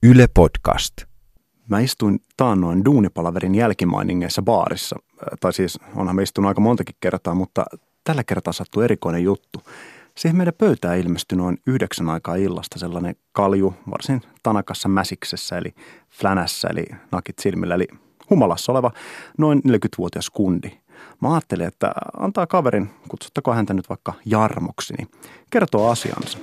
Yle Podcast. Mä istuin taannoin duunipalaverin jälkimainingeissa baarissa. Tai siis onhan mä istunut aika montakin kertaa, mutta tällä kertaa sattui erikoinen juttu. Siihen meidän pöytään ilmestyi noin 9 aikaa illasta sellainen kalju, varsin tanakassa mäsiksessä, eli flänässä, eli nakit silmillä, eli humalassa oleva noin 40-vuotias kundi. Mä ajattelin, että antaa kaverin, kutsuttako häntä nyt vaikka Jarmoksi, niin kertoo asiansa.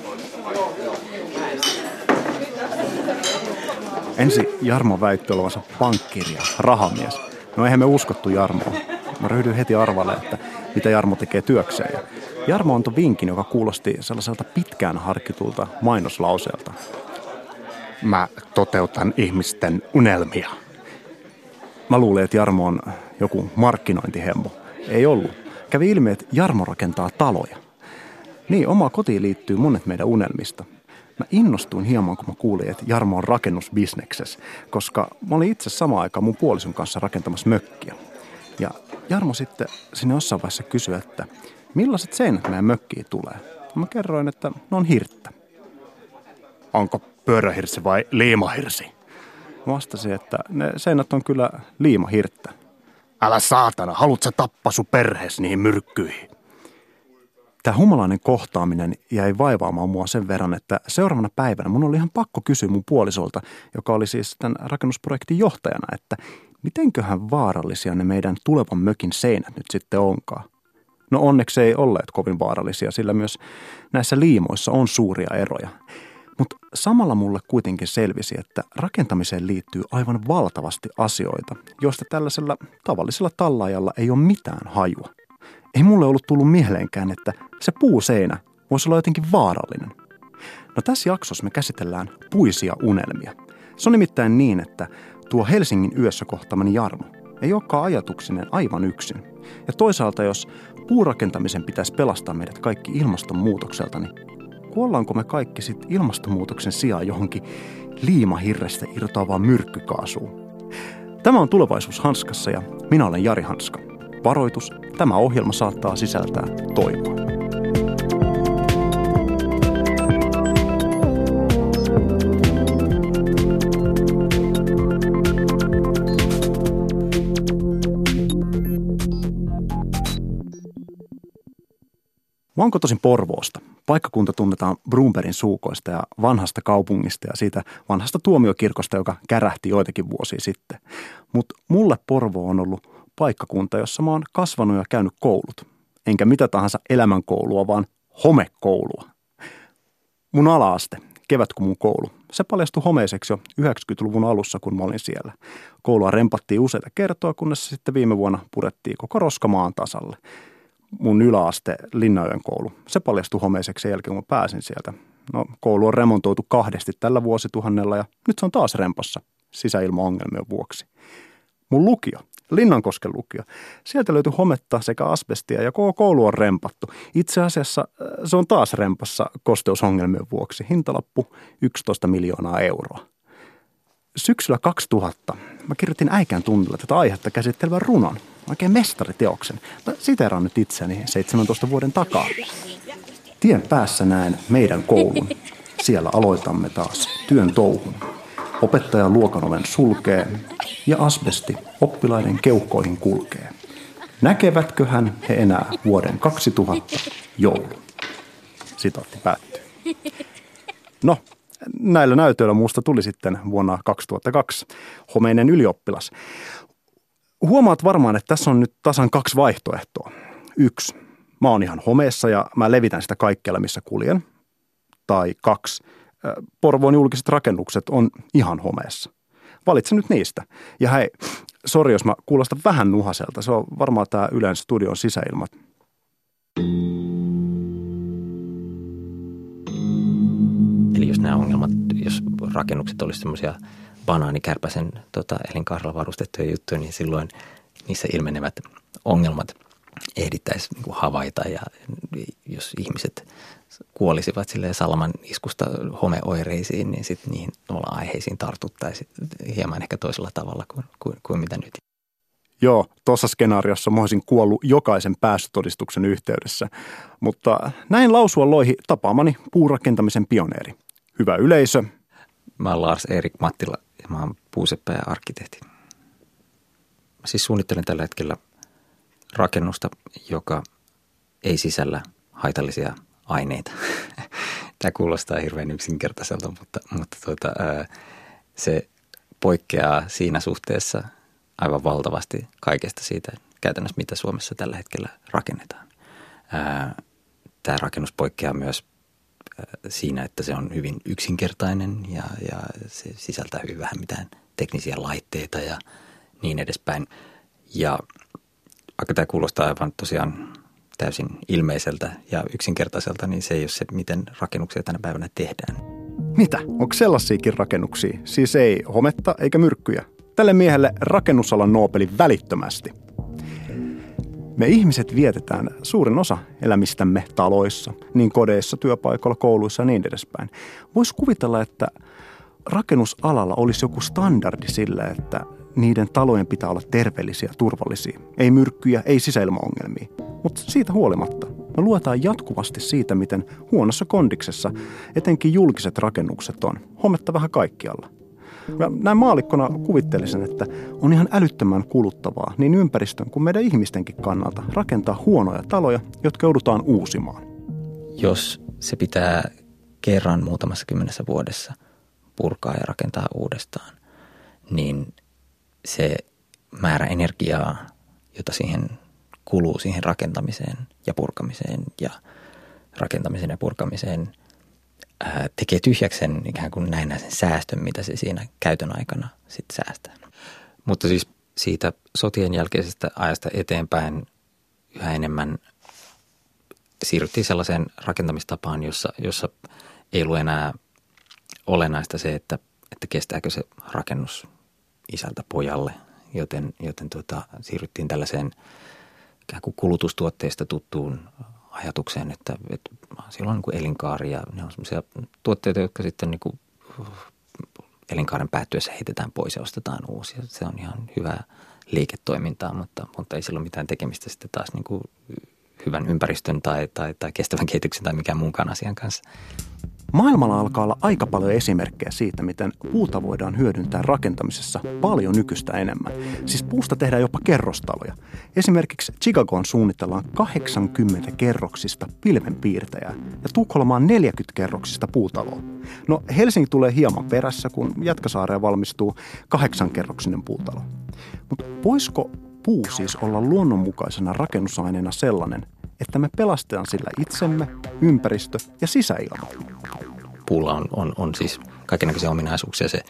Ensin Jarmo väitti olevansa pankkiiri ja rahamies. No eihän me uskottu Jarmoa. Mä ryhdyin heti arvailemaan, että mitä Jarmo tekee työkseen. Ja Jarmo antoi vinkin, joka kuulosti sellaiselta pitkään harkitulta mainoslauseelta. Mä toteutan ihmisten unelmia. Mä luulin, että Jarmo on joku markkinointihemmo. Ei ollut. Kävi ilmi, että Jarmo rakentaa taloja. Niin, omaan kotiin liittyy monet meidän unelmista. Mä innostuin hieman, kun mä kuulin, että Jarmo on rakennusbisneksessä, koska mä olin itse samaan aikaan mun puolison kanssa rakentamassa mökkiä. Ja Jarmo sitten sinne jossain vaiheessa kysyi, että millaiset seinät meidän mökkiin tulee. Mä kerroin, että ne on hirttä. Onko pyörähirsi vai liimahirsi? Vastasin, että ne seinät on kyllä liimahirttä. Älä saatana, haluut sä tappaa sun perhees niihin myrkkyihin? Tämä humalainen kohtaaminen jäi vaivaamaan mua sen verran, että seuraavana päivänä mun oli ihan pakko kysyä mun puolisolta, joka oli siis tämän rakennusprojektin johtajana, että mitenköhän vaarallisia ne meidän tulevan mökin seinät nyt sitten onkaan. No onneksi ei olleet kovin vaarallisia, sillä myös näissä liimoissa on suuria eroja. Mutta samalla mulle kuitenkin selvisi, että rakentamiseen liittyy aivan valtavasti asioita, joista tällaisella tavallisella tallaajalla ei ole mitään hajua. Ei mulle ollut tullut mieleenkään, että se puuseinä voisi olla jotenkin vaarallinen. No tässä jaksossa me käsitellään puisia unelmia. Se on nimittäin niin, että tuo Helsingin yössä kohtaamani Jarmo ei olekaan ajatuksinen aivan yksin. Ja toisaalta jos puurakentamisen pitäisi pelastaa meidät kaikki ilmastonmuutokselta, niin kuollaanko me kaikki sitten ilmastonmuutoksen sijaan johonkin liimahirrestä irtoavaan myrkkykaasuun? Tämä on Tulevaisuus hanskassa ja minä olen Jari Hanska. Varoitus, tämä ohjelma saattaa sisältää toivoa. Mä oon kotoisin Porvoosta. Paikkakunta tunnetaan Brunbergin suukoista ja vanhasta kaupungista ja siitä vanhasta tuomiokirkosta, joka kärähti joitakin vuosia sitten. Mutta mulle Porvoo on ollut paikkakunta, jossa mä oon kasvanut ja käynyt koulut. Enkä mitä tahansa elämänkoulua, vaan homekoulua. Mun ala-aste, kevätkumun koulu, se paljastui homeiseksi jo 90-luvun alussa, kun mä olin siellä. Koulua rempattiin useita kertoa, kunnes sitten viime vuonna purettiin koko roska maan tasalle. Mun yläaste, Linnajoen koulu, se paljastui homeiseksi sen jälkeen, kun mä pääsin sieltä. No, koulu on remontoitu 2 tällä vuosituhannella ja nyt se on taas rempassa sisäilmaongelmien vuoksi. Mun lukio, Linnankosken lukio, sieltä löytyi hometta sekä asbestia ja koko koulu on rempattu. Itse asiassa se on taas rempassa kosteusongelmien vuoksi. Hintalappu 11 miljoonaa euroa. Syksyllä 2000 mä kirjoitin Äikän tunnilla tätä aihetta käsittelevän runon, oikein mestariteoksen. Mä siteeraan nyt itseäni 17 vuoden takaa. Tien päässä näen meidän koulun. Siellä aloitamme taas työn touhun. Opettaja luokanoven sulkee ja asbesti oppilaiden keuhkoihin kulkee. Näkevätköhän he enää vuoden 2000 joulun? Sitaatti päättyy. No, näillä näytöillä muusta tuli sitten vuonna 2002 homeinen ylioppilas. Huomaat varmaan, että tässä on nyt tasan 2 vaihtoehtoa. 1. Mä oon ihan homeessa ja mä levitän sitä kaikkialla, missä kuljen. Tai 2. Porvoon julkiset rakennukset on ihan homeessa. Valitse nyt niistä. Ja hei, sori jos mä kuulostan vähän nuhaselta. Se on varmaan tää Ylen studion sisäilmat. Eli jos nämä ongelmat, jos rakennukset olisi semmoisia banaanikärpäsen elinkaarella varustettuja juttuja, niin silloin niissä ilmenevät ongelmat ehdittäisiin niin kuin havaita. Ja jos ihmiset kuolisivat silleen salaman iskusta homeoireisiin, niin sitten niihin aiheisiin tartuttaisiin hieman ehkä toisella tavalla kuin mitä nyt. Joo, tuossa skenaariossa mä olisin kuollut jokaisen päästötodistuksen yhteydessä, mutta näin lausua loihi tapaamani puurakentamisen pioneeri. Hyvä yleisö, Mä oon Lars-Erik Mattila ja mä oon puuseppä ja arkkitehti. Mä siis suunnittelen tällä hetkellä rakennusta, joka ei sisällä haitallisia aineita. Tämä kuulostaa hirveän yksinkertaiselta, mutta se poikkeaa siinä suhteessa aivan valtavasti kaikesta siitä käytännössä, mitä Suomessa tällä hetkellä rakennetaan. Tämä rakennus poikkeaa myös siinä, että se on hyvin yksinkertainen ja se sisältää hyvin vähän mitään teknisiä laitteita ja niin edespäin. Ja vaikka tämä kuulostaa aivan tosiaan täysin ilmeiseltä ja yksinkertaiselta, niin se ei ole se, miten rakennuksia tänä päivänä tehdään. Mitä? Onko sellaisiakin rakennuksia? Siis ei hometta eikä myrkkyjä. Tälle miehelle rakennusalan Nobeli välittömästi. Me ihmiset vietetään suurin osa elämistämme taloissa, niin kodeissa, työpaikoilla, kouluissa ja niin edespäin. Voisi kuvitella, että rakennusalalla olisi joku standardi sille, että niiden talojen pitää olla terveellisiä ja turvallisia. Ei myrkkyjä, ei sisäilmaongelmia. Mutta siitä huolimatta me luetaan jatkuvasti siitä, miten huonossa kondiksessa etenkin julkiset rakennukset on. Hometta vähän kaikkialla. Ja näin maallikkona kuvittelisin, että on ihan älyttömän kuluttavaa niin ympäristön kuin meidän ihmistenkin kannalta rakentaa huonoja taloja, jotka joudutaan uusimaan. Jos se pitää kerran muutamassa 10 vuodessa purkaa ja rakentaa uudestaan, niin se määrä energiaa, jota siihen kuluu siihen rakentamiseen ja purkamiseen, tekee tyhjäksen ikään kuin näennäisen säästön, mitä se siinä käytön aikana sitten säästää. Mutta siis siitä sotien jälkeisestä ajasta eteenpäin yhä enemmän siirryttiin sellaiseen rakentamistapaan, jossa ei ollut enää olennaista se, että kestääkö se rakennus isältä pojalle, joten siirryttiin tällaiseen ikään kuin kulutustuotteista tuttuun ajatukseen, että sillä on niin kuin elinkaari ja ne on sellaisia tuotteita, jotka sitten niin kuin elinkaaren päättyessä heitetään pois ja ostetaan uusia. Se on ihan hyvää liiketoimintaa, mutta ei sillä ole mitään tekemistä sitten taas niin kuin hyvän ympäristön tai kestävän kehityksen tai mikään muunkaan asian kanssa. Maailmalla alkaa olla aika paljon esimerkkejä siitä, miten puuta voidaan hyödyntää rakentamisessa paljon nykyistä enemmän. Siis puusta tehdään jopa kerrostaloja. Esimerkiksi Chicagoon suunnitellaan 80 kerroksista pilvenpiirtäjää ja Tukholmaan 40 kerroksista puutaloa. No Helsinki tulee hieman perässä, kun Jätkäsaareen valmistuu 8-kerroksinen puutalo. Mutta voisiko puu siis olla luonnonmukaisena rakennusaineena sellainen, että me pelastetaan sillä itsemme, ympäristö ja sisäilma? Puulla on siis kaikennäköisiä ominaisuuksia. Se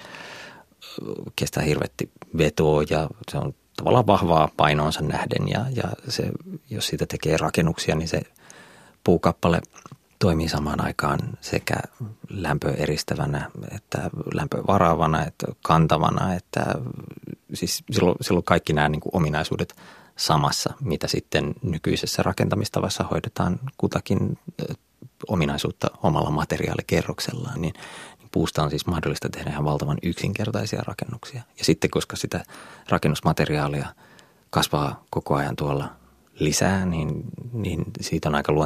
kestää hirveästi vetoa ja se on tavallaan vahvaa painoonsa nähden. Ja se, jos siitä tekee rakennuksia, niin se puukappale toimii samaan aikaan sekä lämpöä eristävänä, että lämpöä varaavana, että kantavana. Että siis silloin kaikki nämä niin kuin ominaisuudet samassa, mitä sitten nykyisessä rakentamistavassa hoidetaan kutakin ominaisuutta omalla materiaalikerroksellaan, niin puusta on siis mahdollista tehdä ihan valtavan yksinkertaisia rakennuksia. Ja sitten, koska sitä rakennusmateriaalia kasvaa koko ajan tuolla lisää, niin siitä on aika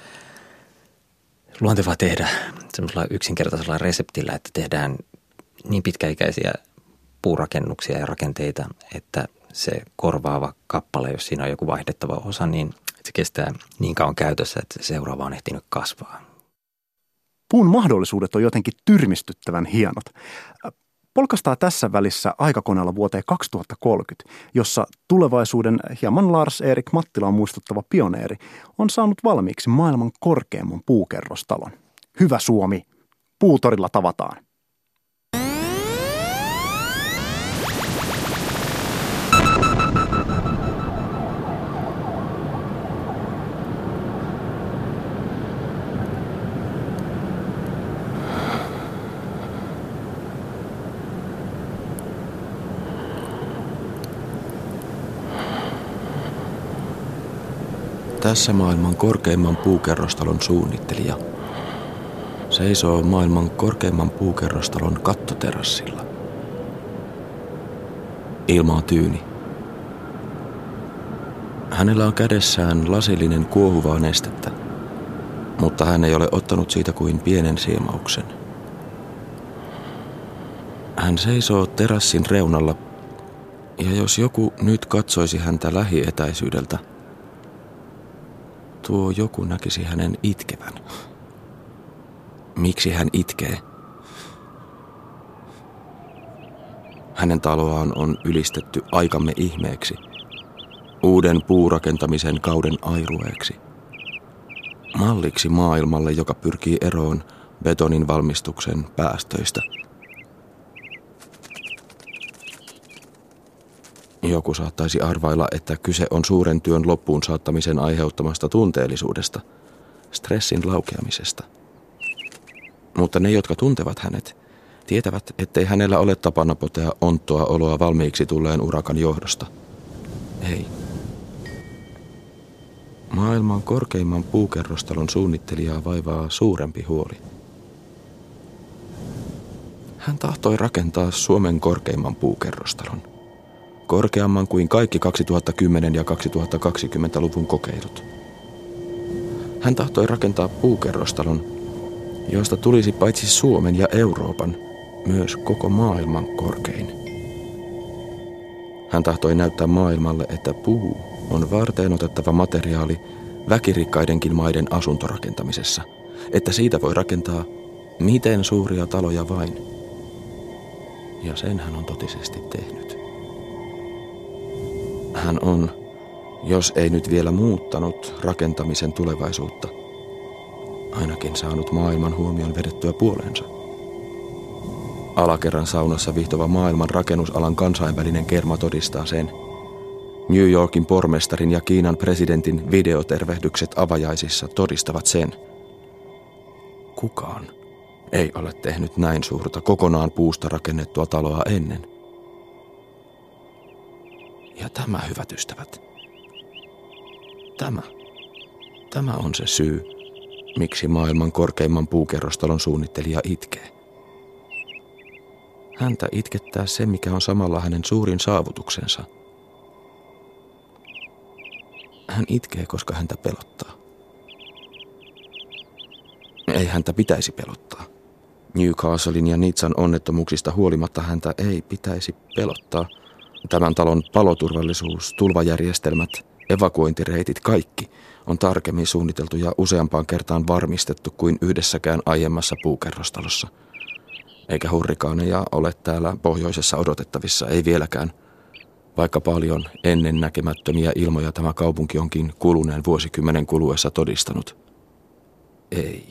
luontevaa tehdä semmoisella yksinkertaisella reseptillä, että tehdään niin pitkäikäisiä puurakennuksia ja rakenteita, että se korvaava kappale, jos siinä on joku vaihdettava osa, niin se kestää niin kauan käytössä, että se seuraava on ehtinyt kasvaa. Puun mahdollisuudet on jotenkin tyrmistyttävän hienot. Polkastaa tässä välissä aikakoneella vuoteen 2030, jossa tulevaisuuden hieman Lars-Erik Mattilaa muistuttava pioneeri on saanut valmiiksi maailman korkeimman puukerrostalon. Hyvä Suomi, puutorilla tavataan. Tässä maailman korkeimman puukerrostalon suunnittelija seisoo maailman korkeimman puukerrostalon kattoterassilla. Ilma on tyyni. Hänellä on kädessään lasillinen kuohuvaa nestettä, mutta hän ei ole ottanut siitä kuin pienen siemauksen. Hän seisoo terassin reunalla, ja jos joku nyt katsoisi häntä lähietäisyydeltä, tuo joku näkisi hänen itkevän. Miksi hän itkee? Hänen taloaan on ylistetty aikamme ihmeeksi, uuden puurakentamisen kauden airueeksi, malliksi maailmalle, joka pyrkii eroon betonin valmistuksen päästöistä. Joku saattaisi arvailla, että kyse on suuren työn loppuun saattamisen aiheuttamasta tunteellisuudesta, stressin laukeamisesta. Mutta ne, jotka tuntevat hänet, tietävät, ettei hänellä ole tapana potea onttoa oloa valmiiksi tulleen urakan johdosta. Ei. Maailman korkeimman puukerrostalon suunnittelijaa vaivaa suurempi huoli. Hän tahtoi rakentaa Suomen korkeimman puukerrostalon. Korkeamman kuin kaikki 2010- ja 2020-luvun kokeilut. Hän tahtoi rakentaa puukerrostalon, josta tulisi paitsi Suomen ja Euroopan, myös koko maailman korkein. Hän tahtoi näyttää maailmalle, että puu on varteenotettava materiaali väkirikkaidenkin maiden asuntorakentamisessa, että siitä voi rakentaa miten suuria taloja vain. Ja sen hän on totisesti tehnyt. Hän on, jos ei nyt vielä muuttanut rakentamisen tulevaisuutta, ainakin saanut maailman huomion vedettyä puoleensa. Alakerran saunassa vihtova maailman rakennusalan kansainvälinen kerma todistaa sen. New Yorkin pormestarin ja Kiinan presidentin videotervehdykset avajaisissa todistavat sen. Kukaan ei ole tehnyt näin suurta kokonaan puusta rakennettua taloa ennen. Ja tämä, hyvät ystävät, tämä on se syy, miksi maailman korkeimman puukerrostalon suunnittelija itkee. Häntä itkettää se, mikä on samalla hänen suurin saavutuksensa. Hän itkee, koska häntä pelottaa. Ei häntä pitäisi pelottaa. Newcastlein ja Nizzan onnettomuuksista huolimatta häntä ei pitäisi pelottaa. Tämän talon paloturvallisuus, tulvajärjestelmät, evakuointireitit, kaikki on tarkemmin suunniteltu ja useampaan kertaan varmistettu kuin yhdessäkään aiemmassa puukerrostalossa. Eikä hurrikaaneja ole täällä pohjoisessa odotettavissa, ei vieläkään. Vaikka paljon ennennäkemättömiä ilmoja tämä kaupunki onkin kuluneen vuosikymmenen kuluessa todistanut. Ei.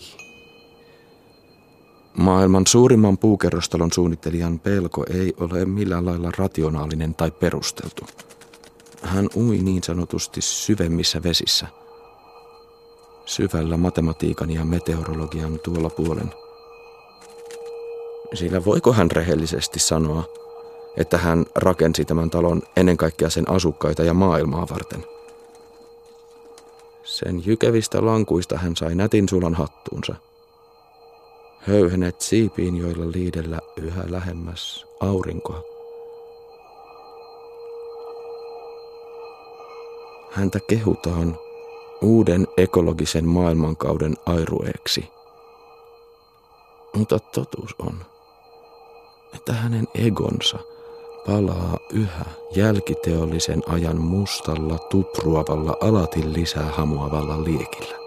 Maailman suurimman puukerrostalon suunnittelijan pelko ei ole millään lailla rationaalinen tai perusteltu. Hän ui niin sanotusti syvemmissä vesissä. Syvällä matematiikan ja meteorologian tuolla puolen. Sillä voiko hän rehellisesti sanoa, että hän rakensi tämän talon ennen kaikkea sen asukkaita ja maailmaa varten? Sen jykevistä lankuista hän sai nätin sulan hattuunsa. Höyhenet siipiin, joilla liidellä yhä lähemmäs aurinkoa. Häntä kehutaan uuden ekologisen maailmankauden airueeksi. Mutta totuus on, että hänen egonsa palaa yhä jälkiteollisen ajan mustalla, tupruavalla, alati lisää hamuavalla liekillä.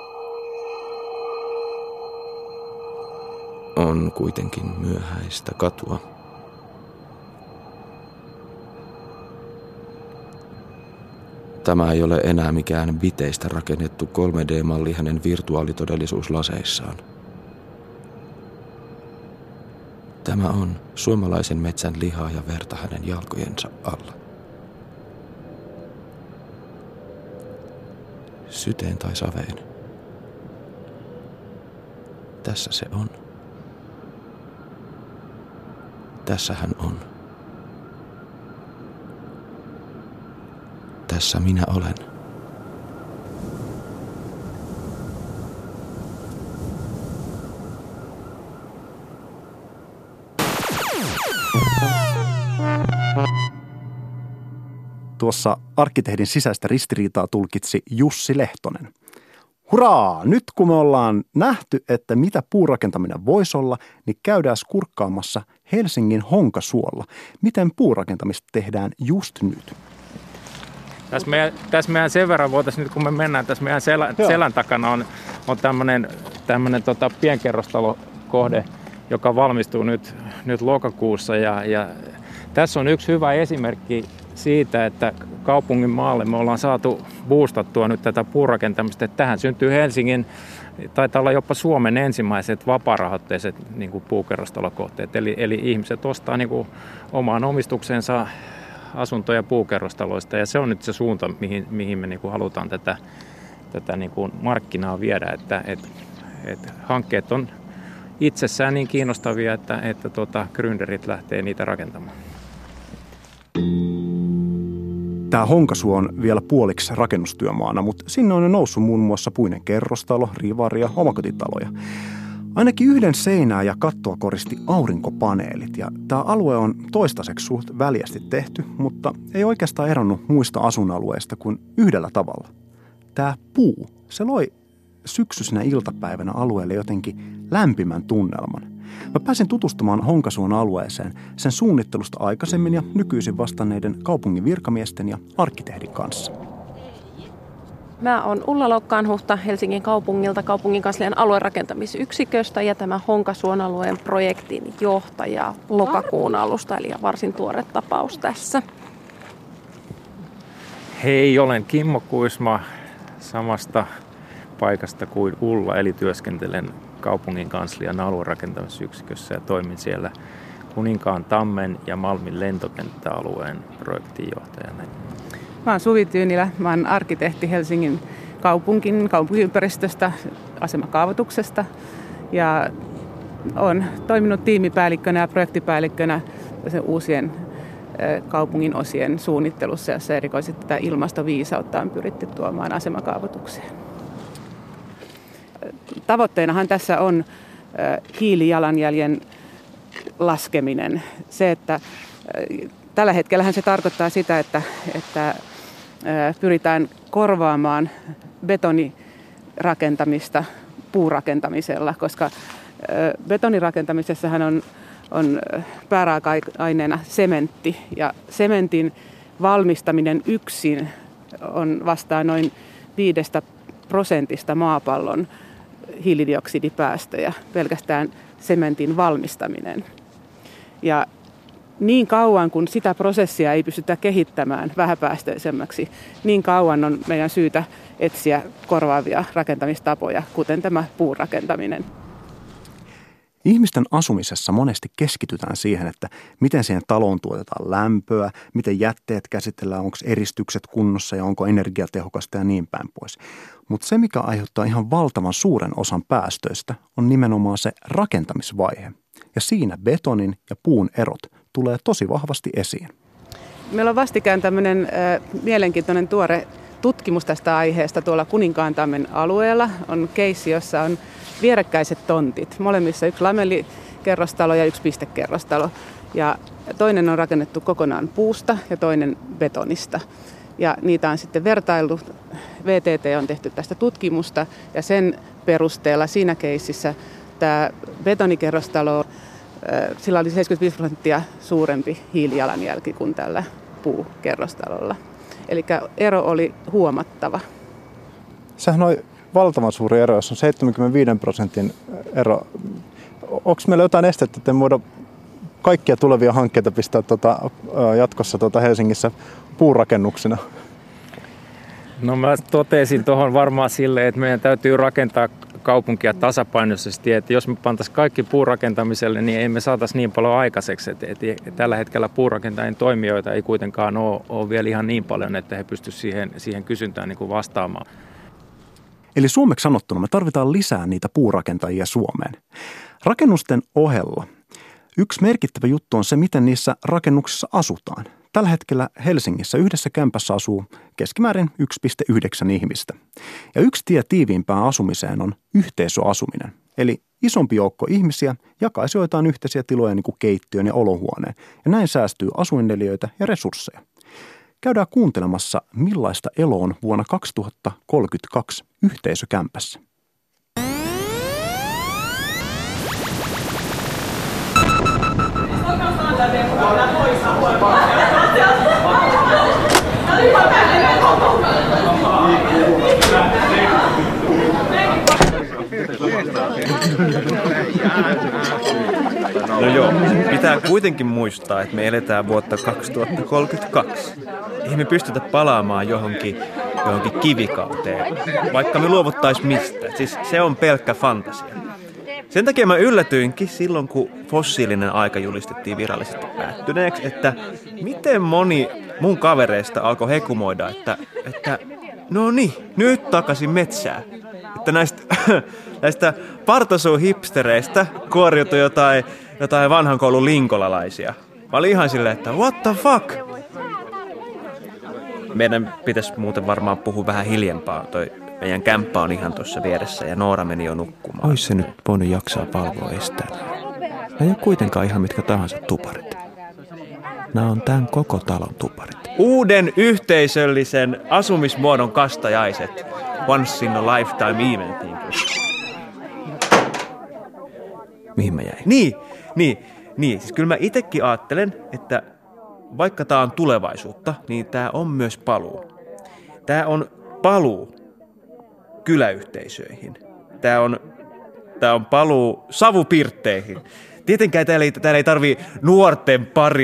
On kuitenkin myöhäistä katua. Tämä ei ole enää mikään biteistä rakennettu 3D-malli hänen virtuaalitodellisuuslaseissaan. Tämä on suomalaisen metsän lihaa ja verta hänen jalkojensa alla. Syteen tai saveen. Tässä se on. Tässä hän on. Tässä minä olen. Tuossa arkkitehdin sisäistä ristiriitaa tulkitsi Jussi Lehtonen. Hurraa! Nyt kun me ollaan nähty, että mitä puurakentaminen voisi olla, niin käydään kurkkaamassa Helsingin Honkasuolla. Miten puurakentamista tehdään just nyt? Tässä meidän sen verran voitaisiin nyt, kun me mennään, tässä meidän selän takana on tämmöinen pienkerrostalokohde, joka valmistuu nyt lokakuussa. Ja tässä on yksi hyvä esimerkki siitä, että kaupungin maalle me ollaan saatu boostattua nyt tätä puurakentamista. Että tähän syntyy Helsingin, taitaa olla jopa Suomen ensimmäiset vapaarahoitteiset niin kuin puukerrostalokohteet. Eli ihmiset ostaa niin kuin omaan omistukseensa asuntoja puukerrostaloista, ja se on nyt se suunta, mihin me niin kuin halutaan tätä niin kuin markkinaa viedä, että hankkeet on itsessään niin kiinnostavia, että gründerit lähtee niitä rakentamaan. Tämä Honkasuo on vielä puoliksi rakennustyömaana, mutta sinne on jo noussut muun muassa puinen kerrostalo, rivari ja omakotitaloja. Ainakin yhden seinää ja kattoa koristi aurinkopaneelit, ja tämä alue on toistaiseksi suht väljästi tehty, mutta ei oikeastaan eronnut muista asuinalueista kuin yhdellä tavalla. Tämä puu, se loi syksyisenä iltapäivänä alueelle jotenkin lämpimän tunnelman. Mä pääsin tutustumaan Honkasuon alueeseen sen suunnittelusta aikaisemmin ja nykyisin vastanneiden kaupungin virkamiesten ja arkkitehdin kanssa. Mä oon Ulla Lokkaanhuhta Helsingin kaupungilta, kaupungin kanslian aluerakentamisyksiköstä ja tämä Honkasuon alueen projektin johtaja lokakuun alusta, eli varsin tuore tapaus tässä. Hei, olen Kimmo Kuisma samasta paikasta kuin Ulla, eli työskentelen kaupungin kanslian aluerakentamisyksikössä ja toimin siellä Kuninkaantammen ja Malmin lentokenttäalueen projektinjohtajana. Mä oon Suvi Tyynilä, mä oon arkkitehti Helsingin kaupunkiympäristöstä, asemakaavoituksesta ja oon toiminut tiimipäällikkönä ja projektipäällikkönä uusien kaupungin osien suunnittelussa, jossa erikoisesti tätä ilmastoviisautta on pyritty tuomaan asemakaavoitukseen. Tavoitteenahan tässä on hiilijalanjäljen laskeminen. Se, että tällä hetkellähän se tarkoittaa sitä, että pyritään korvaamaan betonirakentamista puurakentamisella, koska betonirakentamisessahan on pääraaka-aineena sementti, ja sementin valmistaminen yksin vastaa noin 5% maapallon hiilidioksidipäästöjä, pelkästään sementin valmistaminen. Ja niin kauan kun sitä prosessia ei pystytä kehittämään vähäpäästöisemmäksi, niin kauan on meidän syytä etsiä korvaavia rakentamistapoja, kuten tämä puurakentaminen. Ihmisten asumisessa monesti keskitytään siihen, että miten siihen taloon tuotetaan lämpöä, miten jätteet käsitellään, onko eristykset kunnossa ja onko energiatehokasta ja niin päin pois. Mutta se, mikä aiheuttaa ihan valtavan suuren osan päästöistä, on nimenomaan se rakentamisvaihe. Ja siinä betonin ja puun erot tulee tosi vahvasti esiin. Meillä on vastikään tämmöinen mielenkiintoinen tuore tutkimus tästä aiheesta tuolla Kuninkaantammen alueella. On keissi, jossa on vierekkäiset tontit. Molemmissa yksi lamellikerrostalo ja yksi pistekerrostalo. Ja toinen on rakennettu kokonaan puusta ja toinen betonista. Ja niitä on sitten vertailtu. VTT on tehty tästä tutkimusta ja sen perusteella siinä keississä tämä betonikerrostalo, sillä oli 75% suurempi hiilijalanjälki kuin tällä puukerrostalolla. Eli ero oli huomattava. Sehän on valtavan suuri ero, jos on 75% ero. Onko meillä jotain estettä, että me voidaan kaikkia tulevia hankkeita pistää jatkossa Helsingissä puurakennuksina? No mä totesin tuohon varmaan silleen, että meidän täytyy rakentaa kaupunkia tasapainoisesti, että jos me pantaisiin kaikki puurakentamiselle, niin ei me saataisiin niin paljon aikaiseksi. Että tällä hetkellä puurakentajien toimijoita ei kuitenkaan ole vielä ihan niin paljon, että he pystyisivät siihen kysyntään niin kuin vastaamaan. Eli suomeksi sanottuna me tarvitaan lisää niitä puurakentajia Suomeen. Rakennusten ohella yksi merkittävä juttu on se, miten niissä rakennuksissa asutaan. Tällä hetkellä Helsingissä yhdessä kämpässä asuu keskimäärin 1,9 ihmistä. Ja yksi tie tiiviimpään asumiseen on yhteisöasuminen. Eli isompi joukko ihmisiä jakaisi joitain yhteisiä tiloja niin kuin keittiön ja olohuoneen. Ja näin säästyy asuinnelijöitä ja resursseja. Käydään kuuntelemassa, millaista elo on vuonna 2032 yhteisökämpässä. No joo, pitää kuitenkin muistaa, että me eletään vuotta 2032. Ei me pystytä palaamaan johonkin kivikauteen, vaikka me luovuttais mistä. Siis se on pelkkä fantasia. Sen takia mä yllätyinkin silloin, kun fossiilinen aika julistettiin virallisesti päättyneeksi, että miten moni mun kavereista alkoi hekumoida, että no niin, nyt takaisin metsään. Että näistä partasuuhipstereistä kuoriutui jotain vanhan koulun linkolalaisia. Mä olin ihan silleen, että what the fuck? Meidän pitäisi muuten varmaan puhua vähän hiljempaa. Toi meidän kämppä on ihan tuossa vieressä ja Noora meni jo nukkumaan. Ois se nyt voinut jaksaa valvoa estää. Nämä ei ole kuitenkaan ihan mitkä tahansa tuparit. Nämä on tämän koko talon tuparit. Uuden yhteisöllisen asumismuodon kastajaiset. Once in a lifetime event. Mihin mä jäin? Niin. Siis kyllä mä itekin ajattelen, että vaikka tää on tulevaisuutta, niin tää on myös paluu. Tää on paluu kyläyhteisöihin. Tää on paluu savupirtteihin. Tietenkään täällä ei tarvii nuorten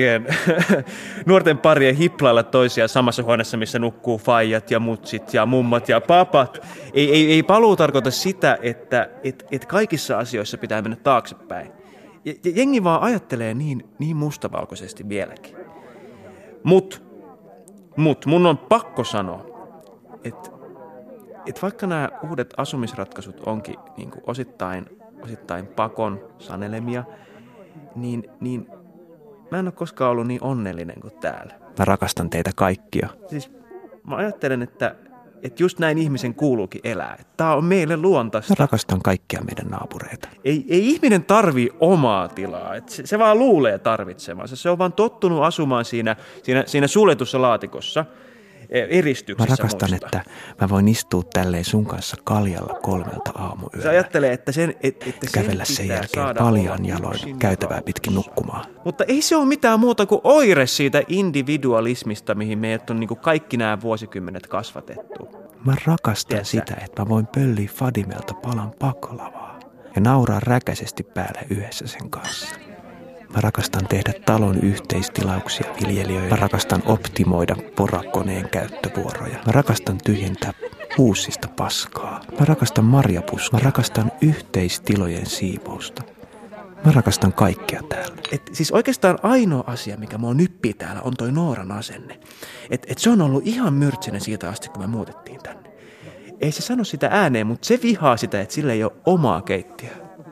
parien hiplailla toisiaan samassa huoneessa, missä nukkuu faijat ja mutsit ja mummat ja papat. Ei paluu tarkoita sitä, että kaikissa asioissa pitää mennä taaksepäin. Ja jengi vaan ajattelee niin mustavalkoisesti vieläkin. Mut mun on pakko sanoa, että vaikka nämä uudet asumisratkaisut onkin niin kuin osittain pakon sanelemia, niin mä en ole koskaan ollut niin onnellinen kuin täällä. Mä rakastan teitä kaikkia. Siis mä ajattelen, että just näin ihmisen kuuluukin elää. Tää on meille luontaista. Mä rakastan kaikkia meidän naapureita. Ei ihminen tarvii omaa tilaa. Se vaan luulee tarvitsemansa. Se on vaan tottunut asumaan siinä suljetussa laatikossa. Eristyksissä. Mä rakastan, muista. Että mä voin istua tälleen sun kanssa kaljalla 3 aamuyöllä. Se ajattelee, että kävellä sen jälkeen paljaan jaloin käytävää pitkin nukkumaan. Mutta ei se ole mitään muuta kuin oire siitä individualismista, mihin meidät on niin kuin kaikki nämä vuosikymmenet kasvatettu. Mä rakastan sitä, että mä voin pölliä Fadimelta palan paklavaa ja nauraa räkäisesti päälle yhdessä sen kanssa. Mä rakastan tehdä talon yhteistilauksia viljelijöille. Mä rakastan optimoida porakoneen käyttövuoroja. Mä rakastan tyhjentää uusista paskaa. Mä rakastan marjapuskaa. Mä rakastan yhteistilojen siivousta. Mä rakastan kaikkea täällä. Siis oikeastaan ainoa asia, mikä mua nyppii täällä, on toi Nooran asenne. Se on ollut ihan myrtsinen siitä asti, kun me muutettiin tänne. Ei se sano sitä ääneen, mutta se vihaa sitä, että sillä ei ole omaa keittiöä.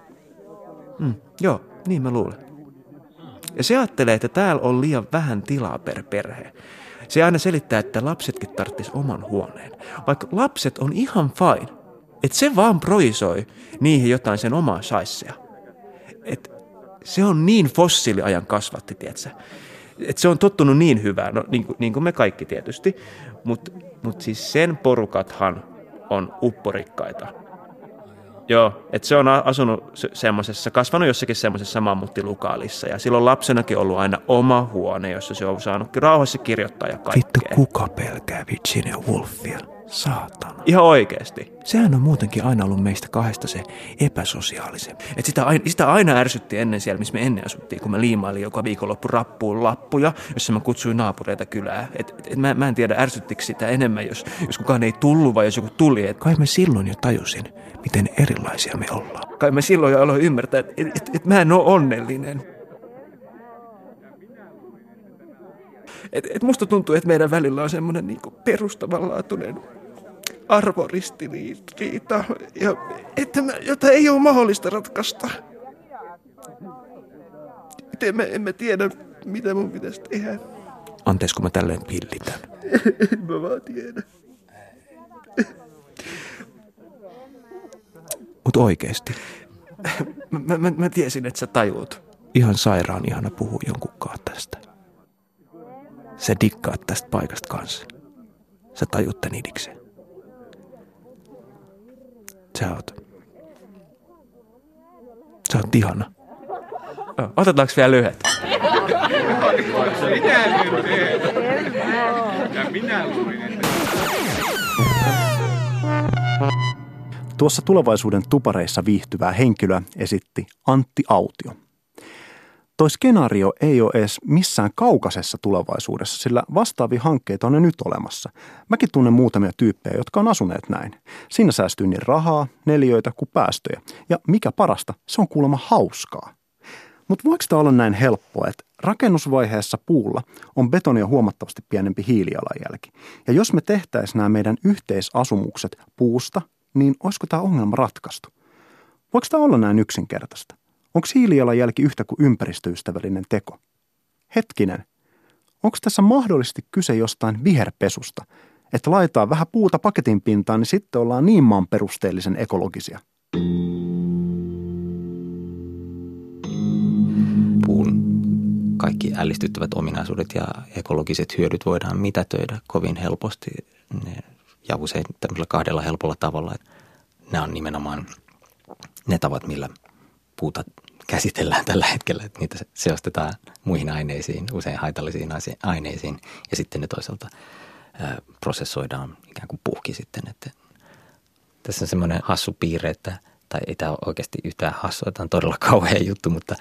Joo, niin mä luulen. Ja se ajattelee, että täällä on liian vähän tilaa per perhe. Se aina selittää, että lapsetkin tarvitsisi oman huoneen. Vaikka lapset on ihan fine. Että se vaan projisoi niihin jotain sen omaa saissea. Että se on niin fossiiliajan kasvatti, tietsä. Että se on tottunut niin hyvään, no niin kuin me kaikki tietysti. Mut siis sen porukathan on upporikkaita. Joo, että se on kasvanut jossakin semmoisessa mammuttilukaalissa ja silloin lapsenakin ollut aina oma huone, jossa se on saanut rauhassa kirjoittaa ja kaikkea. Vittu, kuka pelkää Virginia Woolfia? Saatana. Ihan oikeesti. Sehän on muutenkin aina ollut meistä kahdesta se epäsosiaalisen. Et sitä aina ärsytti ennen siellä, missä me ennen asuttiin, kun mä liimailin joka viikonloppu rappuun lappuja, jossa mä kutsuin naapureita kylään. Mä en tiedä, ärsyttikö sitä enemmän, jos kukaan ei tullut vai jos joku tuli. Kai mä silloin jo tajusin, miten erilaisia me ollaan. Kai mä silloin jo aloin ymmärtää, että mä en ole onnellinen. Musta tuntuu, että meidän välillä on semmoinen niinku perustavanlaatuinen arvoristiriita, jota ei ole mahdollista ratkaista. En mä tiedä, mitä mun pitäisi tehdä. Anteeksi, kun mä tälleen pillitän. En mä vaan tiedä. Mut oikeesti. Mä tiesin, että sä tajuut. Ihan sairaan ihana puhua jonkunkaan tästä. sä dikkaat tästä paikasta kanssa. Sä tajut tän idikseen. Sä oot ihana. Otetaanko vielä lyhyet? Tuossa tulevaisuuden tupareissa viihtyvää henkilöä esitti Antti Autio. Toi skenaario ei ole edes missään kaukaisessa tulevaisuudessa, sillä vastaavia hankkeita on jo nyt olemassa. Mäkin tunnen muutamia tyyppejä, jotka on asuneet näin. Siinä säästyy niin rahaa, neliöitä kuin päästöjä. Ja mikä parasta, se on kuulemma hauskaa. Mutta voiko tämä olla näin helppoa, että rakennusvaiheessa puulla on betonia huomattavasti pienempi hiilijalanjälki. Ja jos me tehtäisiin nämä meidän yhteisasumukset puusta, niin olisiko tämä ongelma ratkaistu? Voiko tämä olla näin yksinkertaista? Onko hiilijalanjälki yhtä kuin ympäristöystävällinen teko? Hetkinen, onko tässä mahdollisesti kyse jostain viherpesusta, että laitetaan vähän puuta paketin pintaan, niin sitten ollaan niin maan perusteellisen ekologisia? Puun kaikki ällistyttävät ominaisuudet ja ekologiset hyödyt voidaan mitätöidä kovin helposti ja usein tämmöisellä kahdella helpolla tavalla. Nämä on nimenomaan ne tavat, millä puuta käsitellään tällä hetkellä, että niitä seostetaan muihin aineisiin, usein haitallisiin aineisiin ja sitten ne toisaalta prosessoidaan ikään kuin puhki sitten. Että tässä on semmoinen hassu piirre, tai ei tämä ole oikeasti yhtään hassua, tämä on todella kauhea juttu, mutta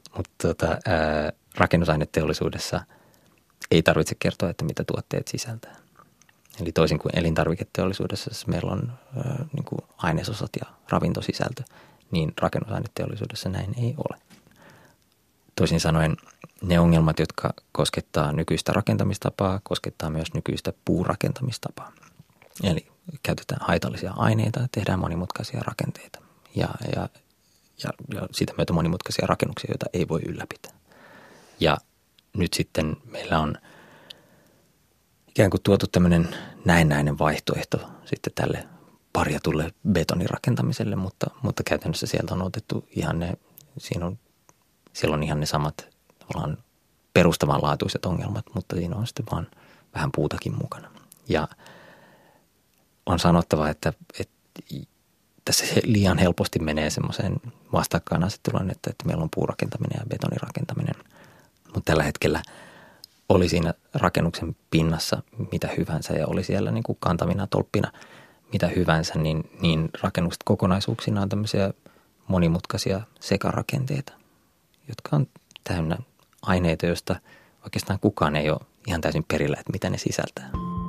rakennusaineteollisuudessa ei tarvitse kertoa, että mitä tuotteet sisältää. Eli toisin kuin elintarviketeollisuudessa, meillä on niin kuin ainesosat ja ravintosisältö, niin rakennusaineteollisuudessa näin ei ole. Toisin sanoen ne ongelmat, jotka koskettaa nykyistä rakentamistapaa, koskettaa myös nykyistä puurakentamistapaa. Eli käytetään haitallisia aineita, tehdään monimutkaisia rakenteita ja siitä myötä monimutkaisia rakennuksia, joita ei voi ylläpitää. Ja nyt sitten meillä on ikään kuin tuotu tämmöinen näennäinen vaihtoehto sitten tälle parjatulle betonirakentamiselle, mutta käytännössä sieltä on otettu siellä on ihan ne samat tavallaan perustavanlaatuiset ongelmat, mutta siinä on sitten vaan vähän puutakin mukana. Ja on sanottava, että tässä liian helposti menee semmoiseen vastakkainasetteluun, että meillä on puurakentaminen ja betonirakentaminen. Mutta tällä hetkellä oli siinä rakennuksen pinnassa mitä hyvänsä ja oli siellä niin kuin kantavina tolppina mitä hyvänsä, niin rakennukset kokonaisuuksina on tämmöisiä monimutkaisia sekarakenteita, jotka on täynnä aineita, joista oikeastaan kukaan ei ole ihan täysin perillä, että mitä ne sisältää.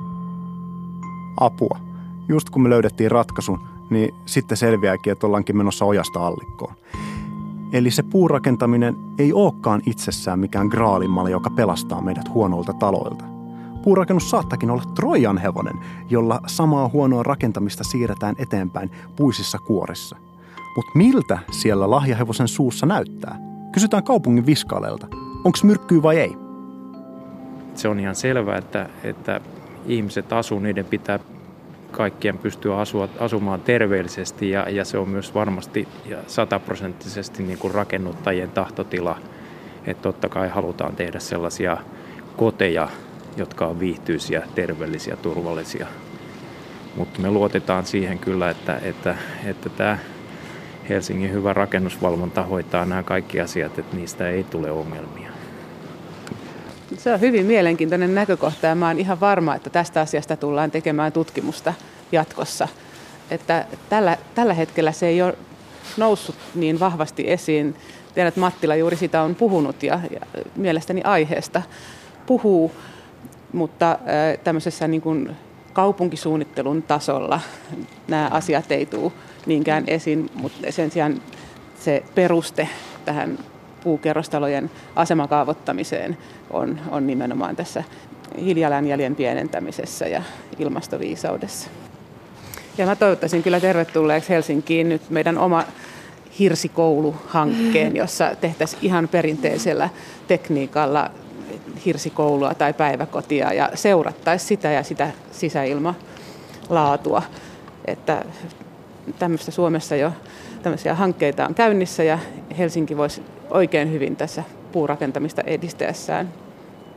Apua. Just kun me löydettiin ratkaisun, niin sitten selviääkin, että ollaankin menossa ojasta allikkoon. Eli se puurakentaminen ei olekaan itsessään mikään graalinmalli, joka pelastaa meidät huonoilta taloilta. Puurakennus saattakin olla Trojan hevonen, jolla samaa huonoa rakentamista siirretään eteenpäin puisissa kuorissa. Mutta miltä siellä lahjahevosen suussa näyttää? Kysytään kaupungin viskaaleilta. Onko myrkkyä vai ei? Se on ihan selvää, että ihmiset asuu, niiden pitää kaikkien pystyä asumaan terveellisesti ja se on myös varmasti ja 100% niin kuin rakennuttajien tahtotila, että totta kai halutaan tehdä sellaisia koteja, jotka on viihtyisiä, terveellisiä, turvallisia. Mutta me luotetaan siihen kyllä, että tämä Helsingin hyvä rakennusvalvonta hoitaa nämä kaikki asiat, että niistä ei tule ongelmia. Se on hyvin mielenkiintoinen näkökohta ja mä oon ihan varma, että tästä asiasta tullaan tekemään tutkimusta jatkossa. Että tällä hetkellä se ei ole noussut niin vahvasti esiin. Tiedän, että Mattila juuri sitä on puhunut ja mielestäni aiheesta puhuu, mutta tämmöisessä niin kuin kaupunkisuunnittelun tasolla nämä asiat ei tule niinkään esiin, mutta sen sijaan se peruste tähän puukerrostalojen asemakaavoittamiseen on nimenomaan tässä hiilijalanjäljen pienentämisessä ja ilmastoviisaudessa. Ja mä toivottaisin kyllä tervetulleeksi Helsinkiin nyt meidän oma hirsikoulu-hankkeen, jossa tehtäisiin ihan perinteisellä tekniikalla hirsikoulua tai päiväkotia ja seurattaisiin sitä ja sitä sisäilmalaatua. Että tämmöistä Suomessa jo tämmöisiä hankkeita on käynnissä ja Helsinki voisi oikein hyvin tässä puurakentamista edistäessään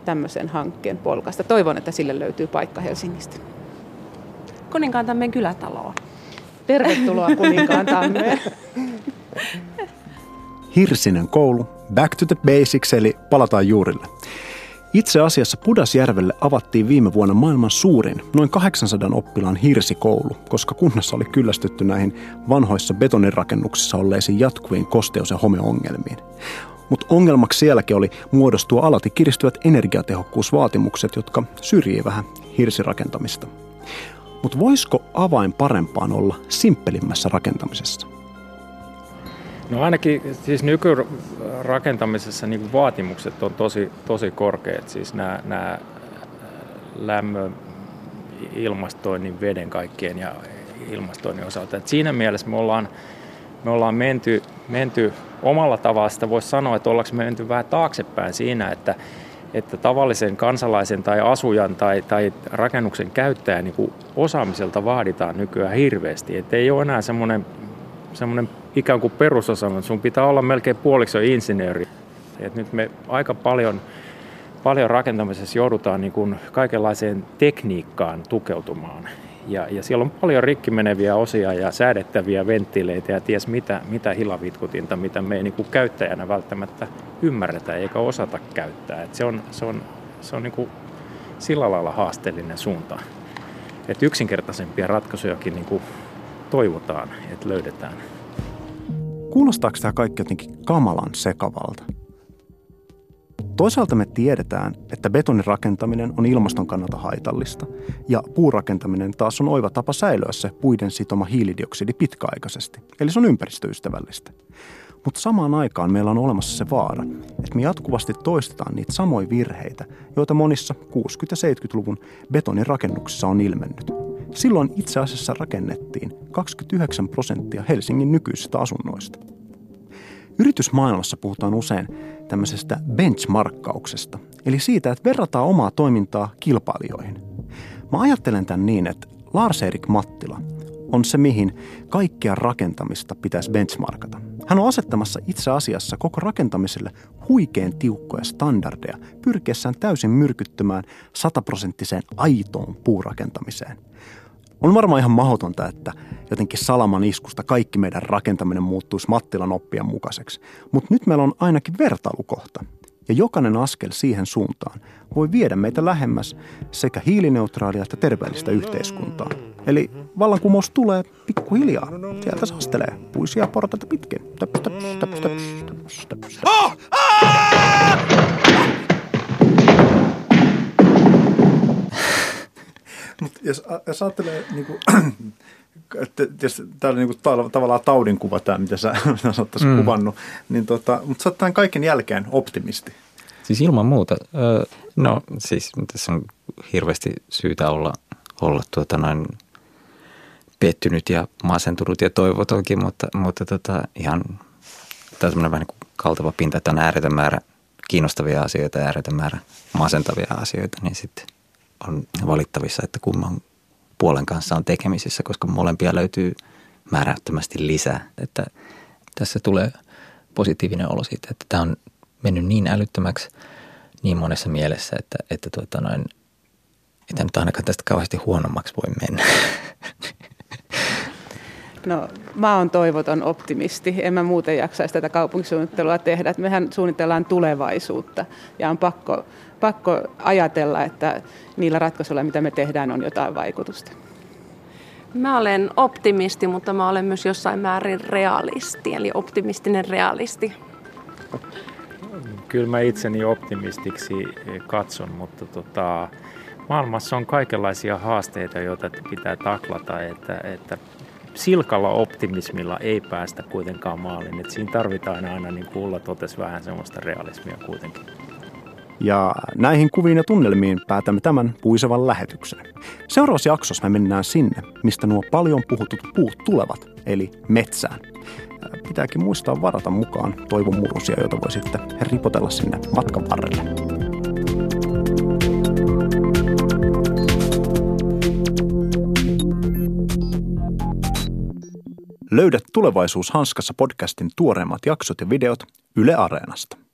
tämmöisen hankkeen polkasta. Toivon, että sille löytyy paikka Helsingistä. Kuninkaantammen kylätaloon. Tervetuloa Kuninkaantammeen. Hirsinen koulu, back to the basics, eli palataan juurille. Itse asiassa Pudasjärvelle avattiin viime vuonna maailman suurin, noin 800 oppilaan hirsikoulu, koska kunnassa oli kyllästytty näihin vanhoissa betonirakennuksissa olleisiin jatkuviin kosteus- ja homeongelmiin. Mutta ongelmaksi sielläkin oli muodostua alati kiristyvät energiatehokkuusvaatimukset, jotka syrjii vähän hirsirakentamista. Mutta voisiko avain parempaan olla simppelimmässä rakentamisessa? No ainakin siis nykyrakentamisessa niin vaatimukset on tosi korkeat. Siis nämä lämmön, ilmastoinnin, veden kaikkien ja ilmastoinnin osalta. Et siinä mielessä me ollaan menty omalla tavalla, sitä voisi sanoa, että ollaanko me menty vähän taaksepäin siinä, että tavallisen kansalaisen tai asujan tai rakennuksen käyttäjän niin osaamiselta vaaditaan nykyään hirveästi. Että ei ole enää semmoinen ikään kuin perusosaaminen, sun pitää olla melkein puoliksi jo insinööri. Et nyt me aika paljon rakentamisessa joudutaan niin kuin kaikenlaiseen tekniikkaan tukeutumaan. Ja siellä on paljon rikki meneviä osia ja säädettäviä venttiileitä ja ties mitä hilavitkutinta, mitä me ei niin kuin käyttäjänä välttämättä ymmärretä eikä osata käyttää. Et se on niin kuin sillä lailla haasteellinen suunta. Et yksinkertaisempia ratkaisujakin niin kuin toivotaan, että löydetään. Kuulostaako tämä kaikki jotenkin kamalan sekavalta? Toisaalta me tiedetään, että betonirakentaminen on ilmaston kannalta haitallista ja puurakentaminen taas on oiva tapa säilyä se puiden sitoma hiilidioksidi pitkäaikaisesti, eli se on ympäristöystävällistä. Mutta samaan aikaan meillä on olemassa se vaara, että me jatkuvasti toistetaan niitä samoja virheitä, joita monissa 60- ja 70-luvun betonirakennuksissa on ilmennyt. Silloin itse asiassa rakennettiin 29% Helsingin nykyisistä asunnoista. Yritysmaailmassa puhutaan usein tämmöisestä benchmarkkauksesta, eli siitä, että verrataan omaa toimintaa kilpailijoihin. Mä ajattelen tämän niin, että Lars-Erik Mattila on se, mihin kaikkea rakentamista pitäisi benchmarkata. Hän on asettamassa itse asiassa koko rakentamiselle huikean tiukkoja standardeja, pyrkiessään täysin myrkyttämään 100% aitoon puurakentamiseen. On varmaan ihan mahdotonta, että jotenkin salaman iskusta kaikki meidän rakentaminen muuttuisi Mattilan oppien mukaiseksi. Mutta nyt meillä on ainakin vertailukohta. Ja jokainen askel siihen suuntaan voi viedä meitä lähemmäs sekä hiilineutraalia että terveellistä yhteiskuntaa. Eli vallankumous tulee pikkuhiljaa. Sieltä sastelee puisia portaita pitkin. Mutta jos ajattelee, niin kuin, että tämä oli niin kuin tavallaan taudinkuva tämä, mitä sä olet tässä kuvannut, niin mutta sä oot tämän kaiken jälkeen optimisti. Siis ilman muuta. No siis tässä on hirveästi syytä olla pettynyt ja masentunut ja toivotonkin, mutta ihan tämä on semmoinen vähän niin kuin kaltava pinta, että on ääretön määrä kiinnostavia asioita ja ääretön määrä masentavia asioita, niin sitten on valittavissa, että kumman puolen kanssa on tekemisissä, koska molempia löytyy määrättömästi lisää. Että tässä tulee positiivinen olo siitä, että tämä on mennyt niin älyttömäksi niin monessa mielessä, että nyt ainakaan tästä kauheasti huonommaksi voi mennä. No, mä oon toivoton optimisti. En mä muuten jaksaisi tätä kaupunkisuunnittelua tehdä. Mehän suunnitellaan tulevaisuutta ja on pakko ajatella, että niillä ratkaisuilla, mitä me tehdään, on jotain vaikutusta. Mä olen optimisti, mutta mä olen myös jossain määrin realisti, eli optimistinen realisti. Kyllä mä itseni optimistiksi katson, mutta maailmassa on kaikenlaisia haasteita, joita pitää taklata, että silkalla optimismilla ei päästä kuitenkaan maaliin. Että siinä tarvitaan aina, niin kuin Ulla totesi, vähän semmoista realismia kuitenkin. Ja näihin kuviin ja tunnelmiin päätämme tämän puisevan lähetyksen. Seuraavassa jaksossa me mennään sinne, mistä nuo paljon puhutut puut tulevat, eli metsään. Pitääkin muistaa varata mukaan toivon murusia, joita voi sitten ripotella sinne matkan varrelle. Löydät Tulevaisuus hanskassa podcastin tuoreimmat jaksot ja videot Yle Areenasta.